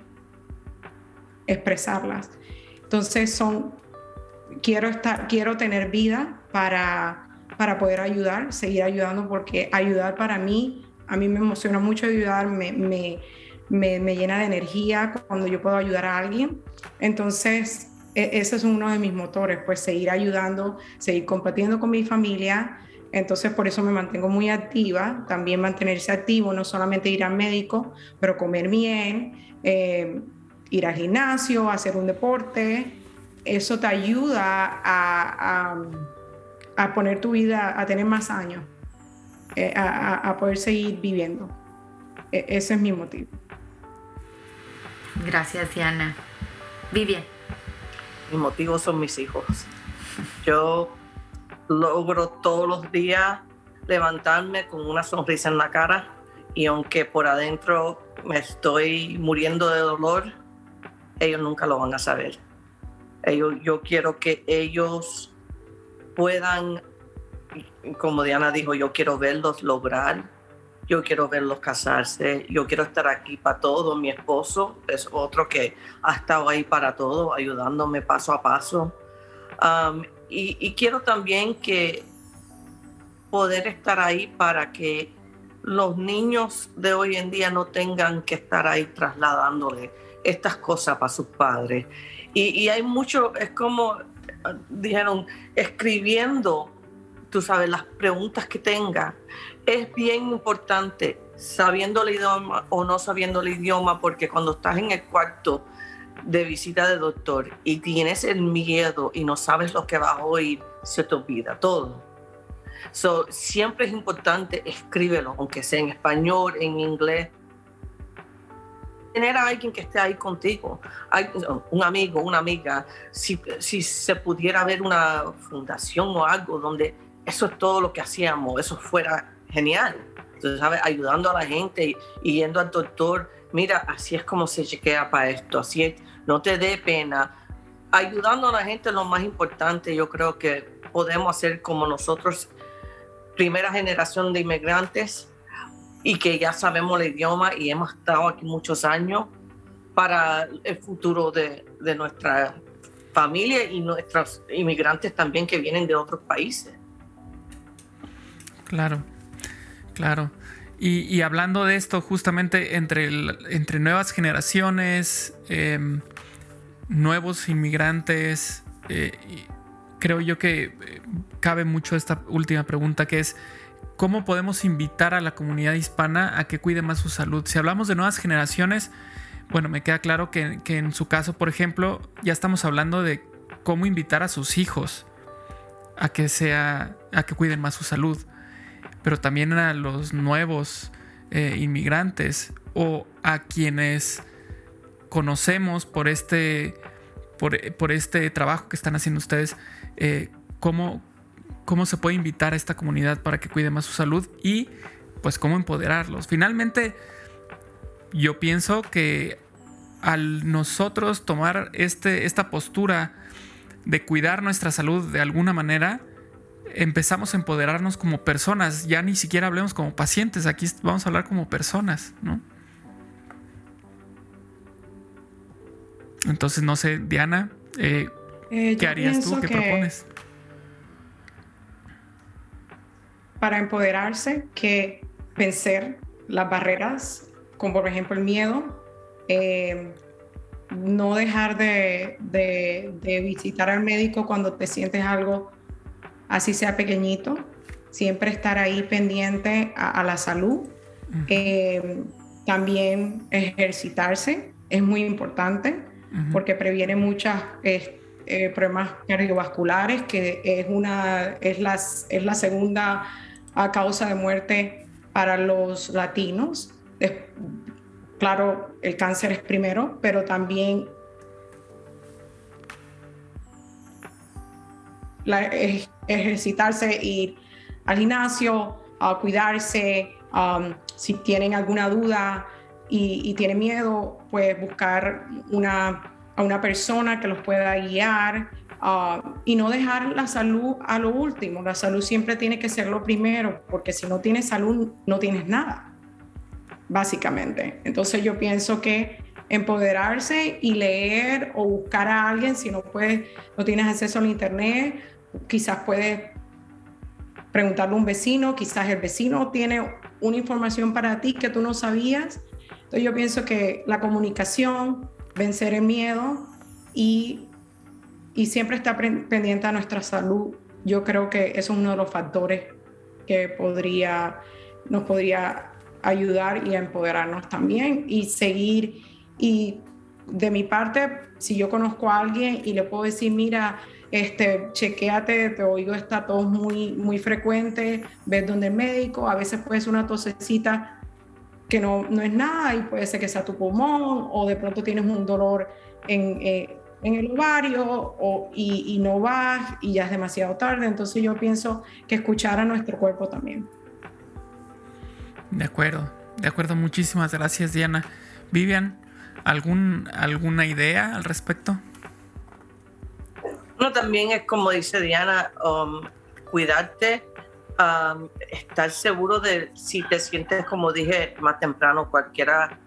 expresarlas. Entonces son, quiero estar, quiero tener vida para, para poder ayudar, seguir ayudando, porque ayudar para mí, a mí me emociona mucho ayudar, me, me, me, me llena de energía cuando yo puedo ayudar a alguien. Entonces ese es uno de mis motores, pues seguir ayudando, seguir compartiendo con mi familia. Entonces por eso me mantengo muy activa, también mantenerse activo, no solamente ir al médico, pero comer bien, eh, ir al gimnasio, hacer un deporte. Eso te ayuda a, a, a poner tu vida, a tener más años, eh, a, a poder seguir viviendo. E- ese es mi motivo. Gracias, Diana. Vivian. Mis motivos son mis hijos. Yo logro todos los días levantarme con una sonrisa en la cara, y aunque por adentro me estoy muriendo de dolor, ellos nunca lo van a saber. Ellos, yo quiero que ellos puedan, como Diana dijo, yo quiero verlos lograr, yo quiero verlos casarse, yo quiero estar aquí para todo. Mi esposo es otro que ha estado ahí para todo, ayudándome paso a paso. Um, y, y quiero también que poder estar ahí para que los niños de hoy en día no tengan que estar ahí trasladándole estas cosas para sus padres. Y, y hay mucho, es como dijeron, escribiendo, tú sabes, las preguntas que tenga. Es bien importante, sabiendo el idioma o no sabiendo el idioma, porque cuando estás en el cuarto de visita de doctor y tienes el miedo y no sabes lo que vas a oír, se te olvida todo. So, siempre es importante, escríbelo, aunque sea en español, en inglés. Tener a alguien que esté ahí contigo, hay un amigo, una amiga, si, si se pudiera ver una fundación o algo donde eso es todo lo que hacíamos, eso fuera genial. Entonces, ¿sabes? Ayudando a la gente y, y yendo al doctor, mira, así es como se chequea para esto, así es, no te dé pena. Ayudando a la gente es lo más importante. Yo creo que podemos hacer como nosotros, primera generación de inmigrantes, y que ya sabemos el idioma y hemos estado aquí muchos años, para el futuro de, de nuestra familia y nuestros inmigrantes también que vienen de otros países. Claro, claro. Y, y hablando de esto, justamente entre, el, entre nuevas generaciones, eh, nuevos inmigrantes, eh, creo yo que cabe mucho esta última pregunta, que es ¿cómo podemos invitar a la comunidad hispana a que cuide más su salud? Si hablamos de nuevas generaciones, bueno, me queda claro que, que en su caso, por ejemplo, ya estamos hablando de cómo invitar a sus hijos a que, sea, a que cuiden más su salud, pero también a los nuevos eh, inmigrantes o a quienes conocemos por este, por, por este trabajo que están haciendo ustedes, eh, cómo, cómo se puede invitar a esta comunidad para que cuide más su salud y pues cómo empoderarlos. Finalmente, yo pienso que al nosotros tomar este, esta postura de cuidar nuestra salud de alguna manera, empezamos a empoderarnos como personas. Ya ni siquiera hablemos como pacientes, aquí vamos a hablar como personas, ¿no? Entonces, no sé, Diana, eh, eh, ¿qué harías tú? ¿Qué propones? Para empoderarse, que vencer las barreras, como por ejemplo el miedo, eh, no dejar de, de, de visitar al médico cuando te sientes algo, así sea pequeñito, siempre estar ahí pendiente a, a la salud. Uh-huh. Eh, también ejercitarse es muy importante, uh-huh, porque previene muchas eh, eh, problemas cardiovasculares, que es, una, es, la, es la segunda causa de muerte para los latinos. Es, claro, el cáncer es primero, pero también la, es, ejercitarse, ir al gimnasio, uh, cuidarse, um, si tienen alguna duda y, y tienen miedo, pues buscar una, a una persona que los pueda guiar, uh, y no dejar la salud a lo último. La salud siempre tiene que ser lo primero, porque si no tienes salud, no tienes nada, básicamente. Entonces yo pienso que empoderarse y leer o buscar a alguien, si no puedes, no tienes acceso al internet, quizás puedes preguntarle a un vecino, quizás el vecino tiene una información para ti que tú no sabías. Entonces yo pienso que la comunicación, vencer el miedo y, y siempre estar pendiente a nuestra salud, yo creo que eso es uno de los factores que podría, nos podría ayudar y a empoderarnos también y seguir. Y de mi parte, si yo conozco a alguien y le puedo decir, mira, este, chequéate, te oigo esta tos muy, muy frecuente, ves donde el médico, a veces puede ser una tosecita que no, no es nada y puede ser que sea tu pulmón, o de pronto tienes un dolor en, eh, en el ovario o, y, y no vas y ya es demasiado tarde. Entonces yo pienso que escuchar a nuestro cuerpo también. De acuerdo, de acuerdo, muchísimas gracias, Diana. Vivian, ¿algún, ¿alguna idea al respecto? No, también es como dice Diana, um, cuidarte, um, estar seguro de si te sientes, como dije más temprano, cualquiera,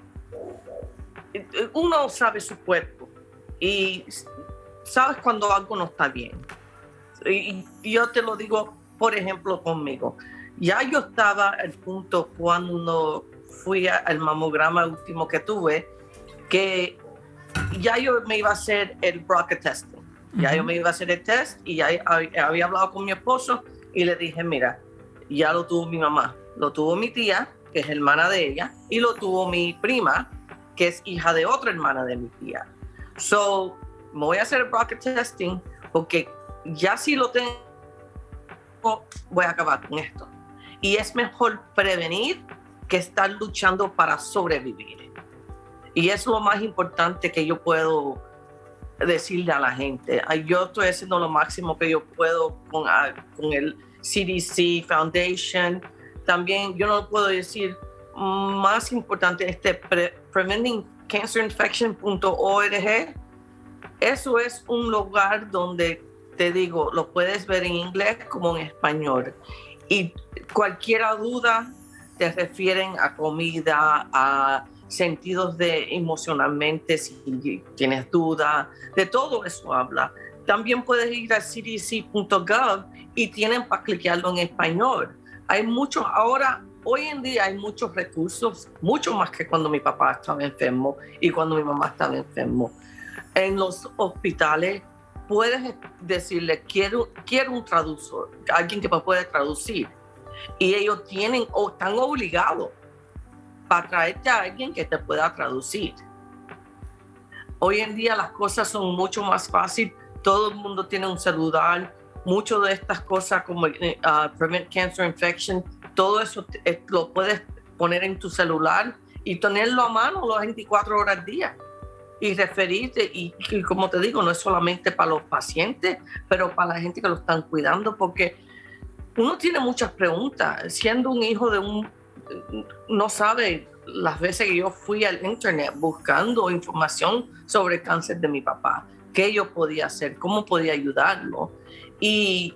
uno sabe su cuerpo y sabes cuando algo no está bien. Y yo te lo digo, por ejemplo, conmigo. Ya yo estaba al punto cuando fui al mamograma último que tuve, que ya yo me iba a hacer el B R C A testing. Ya uh-huh. yo me iba a hacer el test y ya había hablado con mi esposo y le dije, mira, ya lo tuvo mi mamá, lo tuvo mi tía, que es hermana de ella, y lo tuvo mi prima, que es hija de otra hermana de mi tía. So, me voy a hacer el B R C A testing porque ya si lo tengo, voy a acabar con esto. Y es mejor prevenir que estar luchando para sobrevivir. Y es lo más importante que yo puedo decirle a la gente. Yo estoy haciendo lo máximo que yo puedo con, con el C D C Foundation. También yo no puedo decir más importante, este pre, preventing cancer infection punto org. Eso es un lugar donde, te digo, lo puedes ver en inglés como en español. Y cualquier duda te refieren a comida, a sentidos de emocionalmente, si tienes duda, de todo eso habla. También puedes ir a c d c punto gov y tienen para clicarlo en español. Hay muchos, ahora, hoy en día hay muchos recursos, mucho más que cuando mi papá estaba enfermo y cuando mi mamá estaba enfermo. En los hospitales puedes decirle, quiero, quiero un traductor, alguien que me pueda traducir. Y ellos tienen o están obligados para traerte a alguien que te pueda traducir. Hoy en día las cosas son mucho más fáciles. Todo el mundo tiene un celular. Muchas de estas cosas como uh, Prevent Cancer Infection, todo eso te, lo puedes poner en tu celular y tenerlo a mano las veinticuatro horas al día. Y referirte, y, y como te digo, no es solamente para los pacientes, pero para la gente que lo están cuidando, porque uno tiene muchas preguntas. Siendo un hijo de un, no sabe las veces que yo fui al internet buscando información sobre el cáncer de mi papá, qué yo podía hacer, cómo podía ayudarlo. Y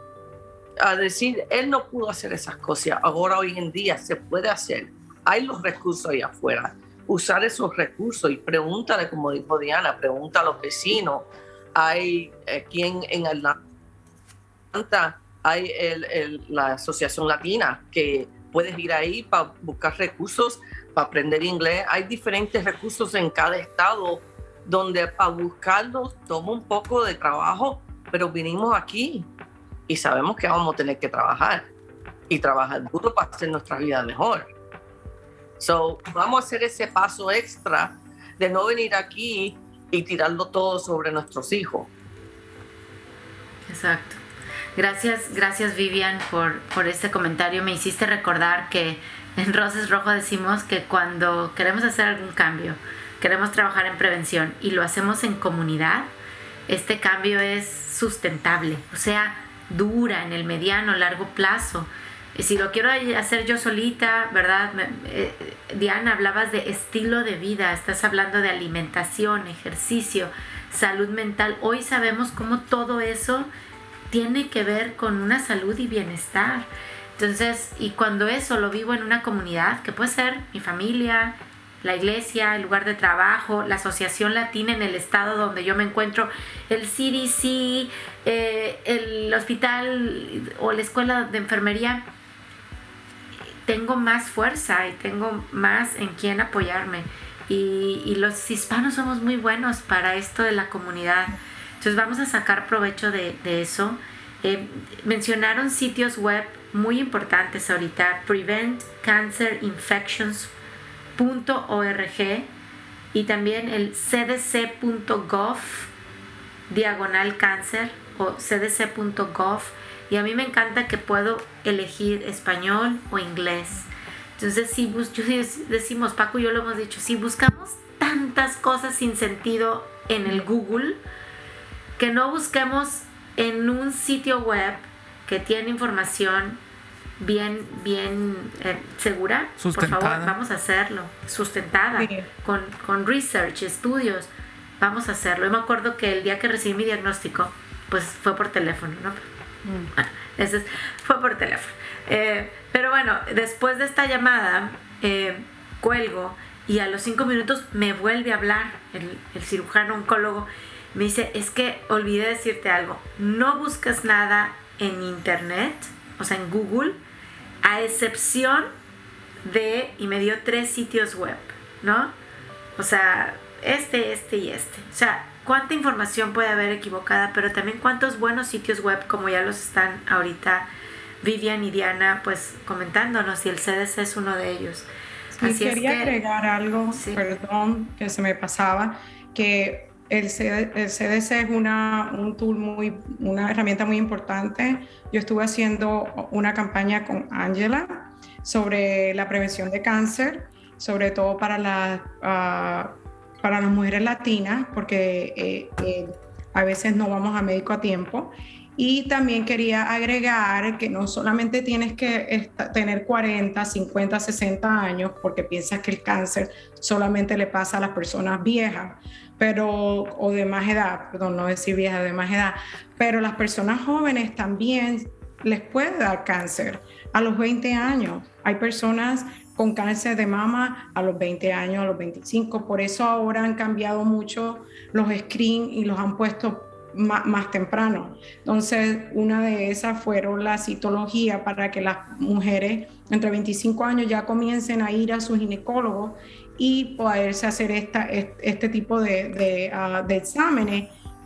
a decir, él no pudo hacer esas cosas, ahora hoy en día se puede hacer. Hay los recursos ahí afuera. Usar esos recursos y pregúntale, como dijo Diana, pregunta a los vecinos. Hay aquí en, en Atlanta, hay el, el, la Asociación Latina, que puedes ir ahí para buscar recursos, para aprender inglés. Hay diferentes recursos en cada estado, donde para buscarlos toma un poco de trabajo, pero vinimos aquí y sabemos que vamos a tener que trabajar y trabajar duro para hacer nuestra vida mejor. So, vamos a hacer ese paso extra de no venir aquí y tirarlo todo sobre nuestros hijos. Exacto. Gracias, gracias Vivian por, por este comentario. Me hiciste recordar que en Roses Rojo decimos que cuando queremos hacer algún cambio, queremos trabajar en prevención y lo hacemos en comunidad, este cambio es sustentable, o sea, dura en el mediano, largo plazo. Si lo quiero hacer yo solita, ¿verdad? Eh, Diana, hablabas de estilo de vida, estás hablando de alimentación, ejercicio, salud mental. Hoy sabemos cómo todo eso tiene que ver con una salud y bienestar. Entonces, y cuando eso lo vivo en una comunidad, que puede ser mi familia, la iglesia, el lugar de trabajo, la asociación latina en el estado donde yo me encuentro, el C D C, eh, el hospital o la escuela de enfermería, tengo más fuerza y tengo más en quién apoyarme. Y, y los hispanos somos muy buenos para esto de la comunidad. Entonces vamos a sacar provecho de, de eso. Eh, mencionaron sitios web muy importantes ahorita, prevent cancer infections punto org y también el c d c punto gov diagonal cáncer o c d c punto gov. Y a mí me encanta que puedo elegir español o inglés. Entonces, si bus- yo decimos, Paco y yo lo hemos dicho, si buscamos tantas cosas sin sentido en el Google, que no busquemos en un sitio web que tiene información bien, bien eh, segura. Sustentada. Por favor, vamos a hacerlo. Sustentada, Sí. con, con research, estudios. Vamos a hacerlo. Yo me acuerdo que el día que recibí mi diagnóstico, pues fue por teléfono, ¿no? Mm. Ese es, fue por teléfono. Eh, pero bueno, después de esta llamada, eh, cuelgo y a los cinco minutos me vuelve a hablar el, el cirujano oncólogo. Me dice, es que olvidé decirte algo. No busques nada en internet, o sea, en Google, a excepción de, y me dio tres sitios web, ¿no? O sea, este, este y este. O sea, cuánta información puede haber equivocada, pero también cuántos buenos sitios web, como ya los están ahorita Vivian y Diana, pues comentándonos, y el C D C es uno de ellos. Sí, Así quería es que, agregar algo, sí. Perdón, que se me pasaba, que el C D, el C D C es una, un tool muy, una herramienta muy importante. Yo estuve haciendo una campaña con Angela sobre la prevención de cáncer, sobre todo para, la, uh, para las mujeres latinas, porque eh, eh, a veces no vamos a médico a tiempo. Y también quería agregar que no solamente tienes que tener cuarenta, cincuenta, sesenta años porque piensas que el cáncer solamente le pasa a las personas viejas, pero, o de más edad, perdón, no decir viejas, de más edad, pero las personas jóvenes también les puede dar cáncer a los veinte años. Hay personas con cáncer de mama a los veinte años, a los veinticinco, por eso ahora han cambiado mucho los screen y los han puesto Más, más temprano. Entonces, una de esas fueron la citología para que las mujeres entre veinticinco años ya comiencen a ir a su ginecólogo y poderse hacer esta, este tipo de, de, uh, de exámenes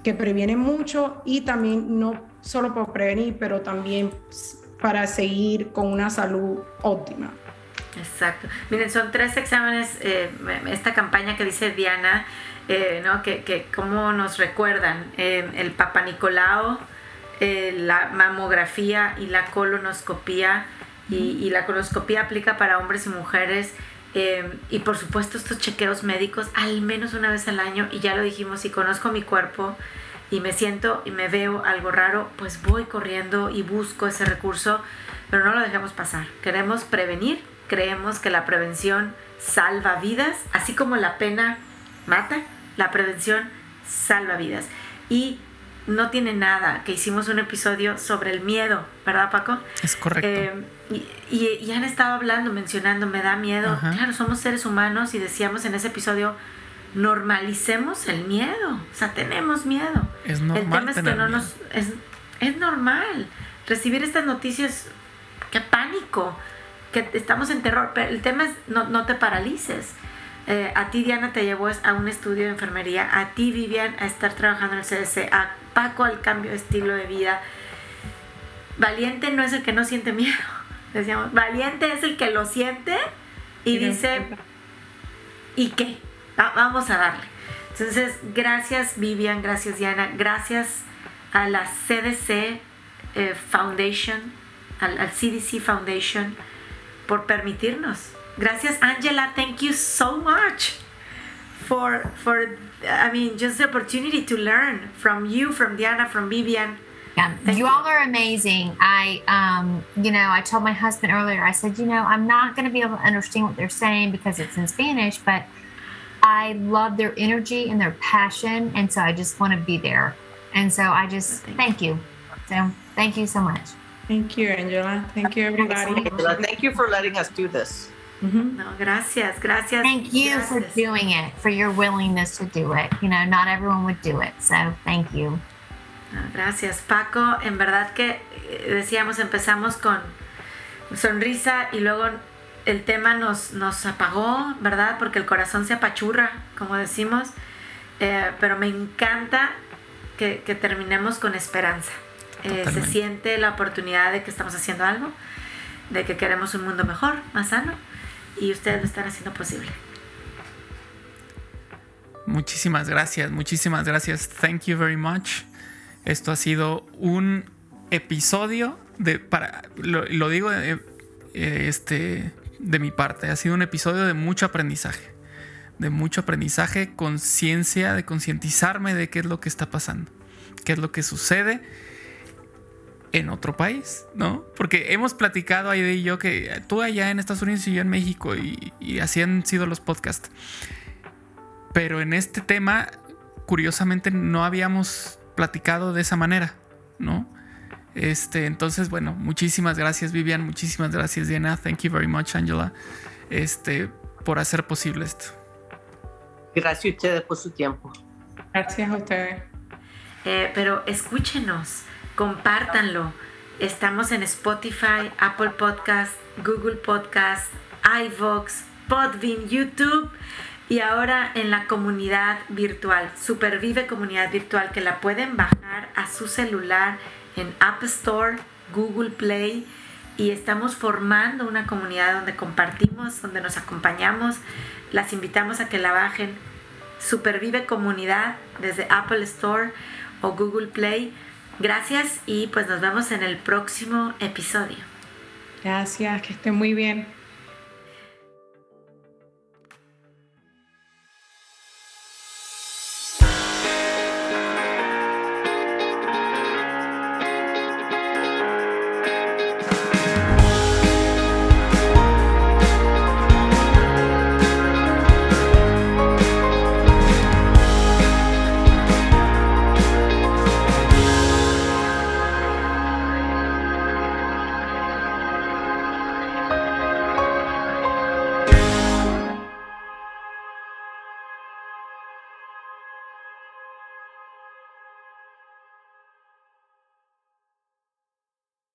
que previene mucho y también no solo por prevenir, pero también para seguir con una salud óptima. Exacto. Miren, son tres exámenes, eh, esta campaña que dice Diana, eh, ¿no? que, que cómo nos recuerdan eh, el Papa Nicolau, eh, la mamografía y la colonoscopía, y, y la colonoscopía aplica para hombres y mujeres, eh, y por supuesto estos chequeos médicos al menos una vez al año. Y ya lo dijimos, si conozco mi cuerpo y me siento y me veo algo raro, pues voy corriendo y busco ese recurso, pero no lo dejemos pasar. Queremos prevenir, creemos que la prevención salva vidas, así como la pena mata, la prevención salva vidas. Y no tiene nada, que hicimos un episodio sobre el miedo, ¿verdad, Paco? Es correcto. Eh, y, y, y han estado hablando, mencionando, me da miedo. Ajá. Claro, somos seres humanos y decíamos en ese episodio, normalicemos el miedo. O sea, tenemos miedo. Es normal. El tema es que tener no miedo. nos... Es, es normal recibir estas noticias. ¡Qué pánico! Que estamos en terror. Pero el tema es no, no te paralices. Eh, a ti, Diana, te llevó a un estudio de enfermería, a ti, Vivian, a estar trabajando en el C D C, a Paco al cambio de estilo de vida. Valiente no es el que no siente miedo, decíamos, valiente es el que lo siente y Sí, dice, ¿y qué? Va, vamos a darle. Entonces, gracias, Vivian, gracias, Diana, gracias a la C D C eh, Foundation, al, al C D C Foundation, por permitirnos. Gracias, Angela. Thank you so much for for I mean just the opportunity to learn from you, from Diana, from Vivian. Yeah, Thank you you. all are amazing. I, um, you know, I told my husband earlier, I said, you know, I'm not going to be able to understand what they're saying because it's in Spanish, but I love their energy and their passion, and so I just want to be there. And so I just Thank thank you. So thank you so much. Thank you, Angela. Thank you, everybody. Angela, thank you for letting us do this. Mm-hmm. No, gracias, gracias. Thank you for gracias. doing it, for your willingness to do it. You know, not everyone would do it, so thank you. No, gracias, Paco. En verdad que eh, decíamos, empezamos con sonrisa y luego el tema nos, nos apagó, ¿verdad? Porque el corazón se apachurra, como decimos. Eh, pero me encanta que, que terminemos con esperanza. Eh, se siente la oportunidad de que estamos haciendo algo, de que queremos un mundo mejor, más sano, y ustedes lo están haciendo posible. Muchísimas gracias, muchísimas gracias. Thank you very much. Esto ha sido un episodio de, para, lo, lo digo de, este, de mi parte, ha sido un episodio de mucho aprendizaje, de mucho aprendizaje, conciencia, de concientizarme de qué es lo que está pasando, qué es lo que sucede en otro país, ¿no? Porque hemos platicado, Aide y yo, que tú allá en Estados Unidos y yo en México, y, y así han sido los podcasts. Pero en este tema, curiosamente, no habíamos platicado de esa manera, ¿no? Este, entonces, bueno, muchísimas gracias, Vivian, muchísimas gracias, Diana. Thank you very much, Angela, este, por hacer posible esto. Gracias a ustedes por su tiempo. Gracias a ustedes. Eh, pero escúchenos, compártanlo. Estamos en Spotify, Apple Podcast, Google Podcast, iVoox, Podbean, YouTube y ahora en la comunidad virtual, Supervive Comunidad Virtual, que la pueden bajar a su celular en App Store, Google Play, y estamos formando una comunidad donde compartimos, donde nos acompañamos. Las invitamos a que la bajen, Supervive Comunidad, desde Apple Store o Google Play. Gracias y pues nos vemos en el próximo episodio. Gracias, que estén muy bien.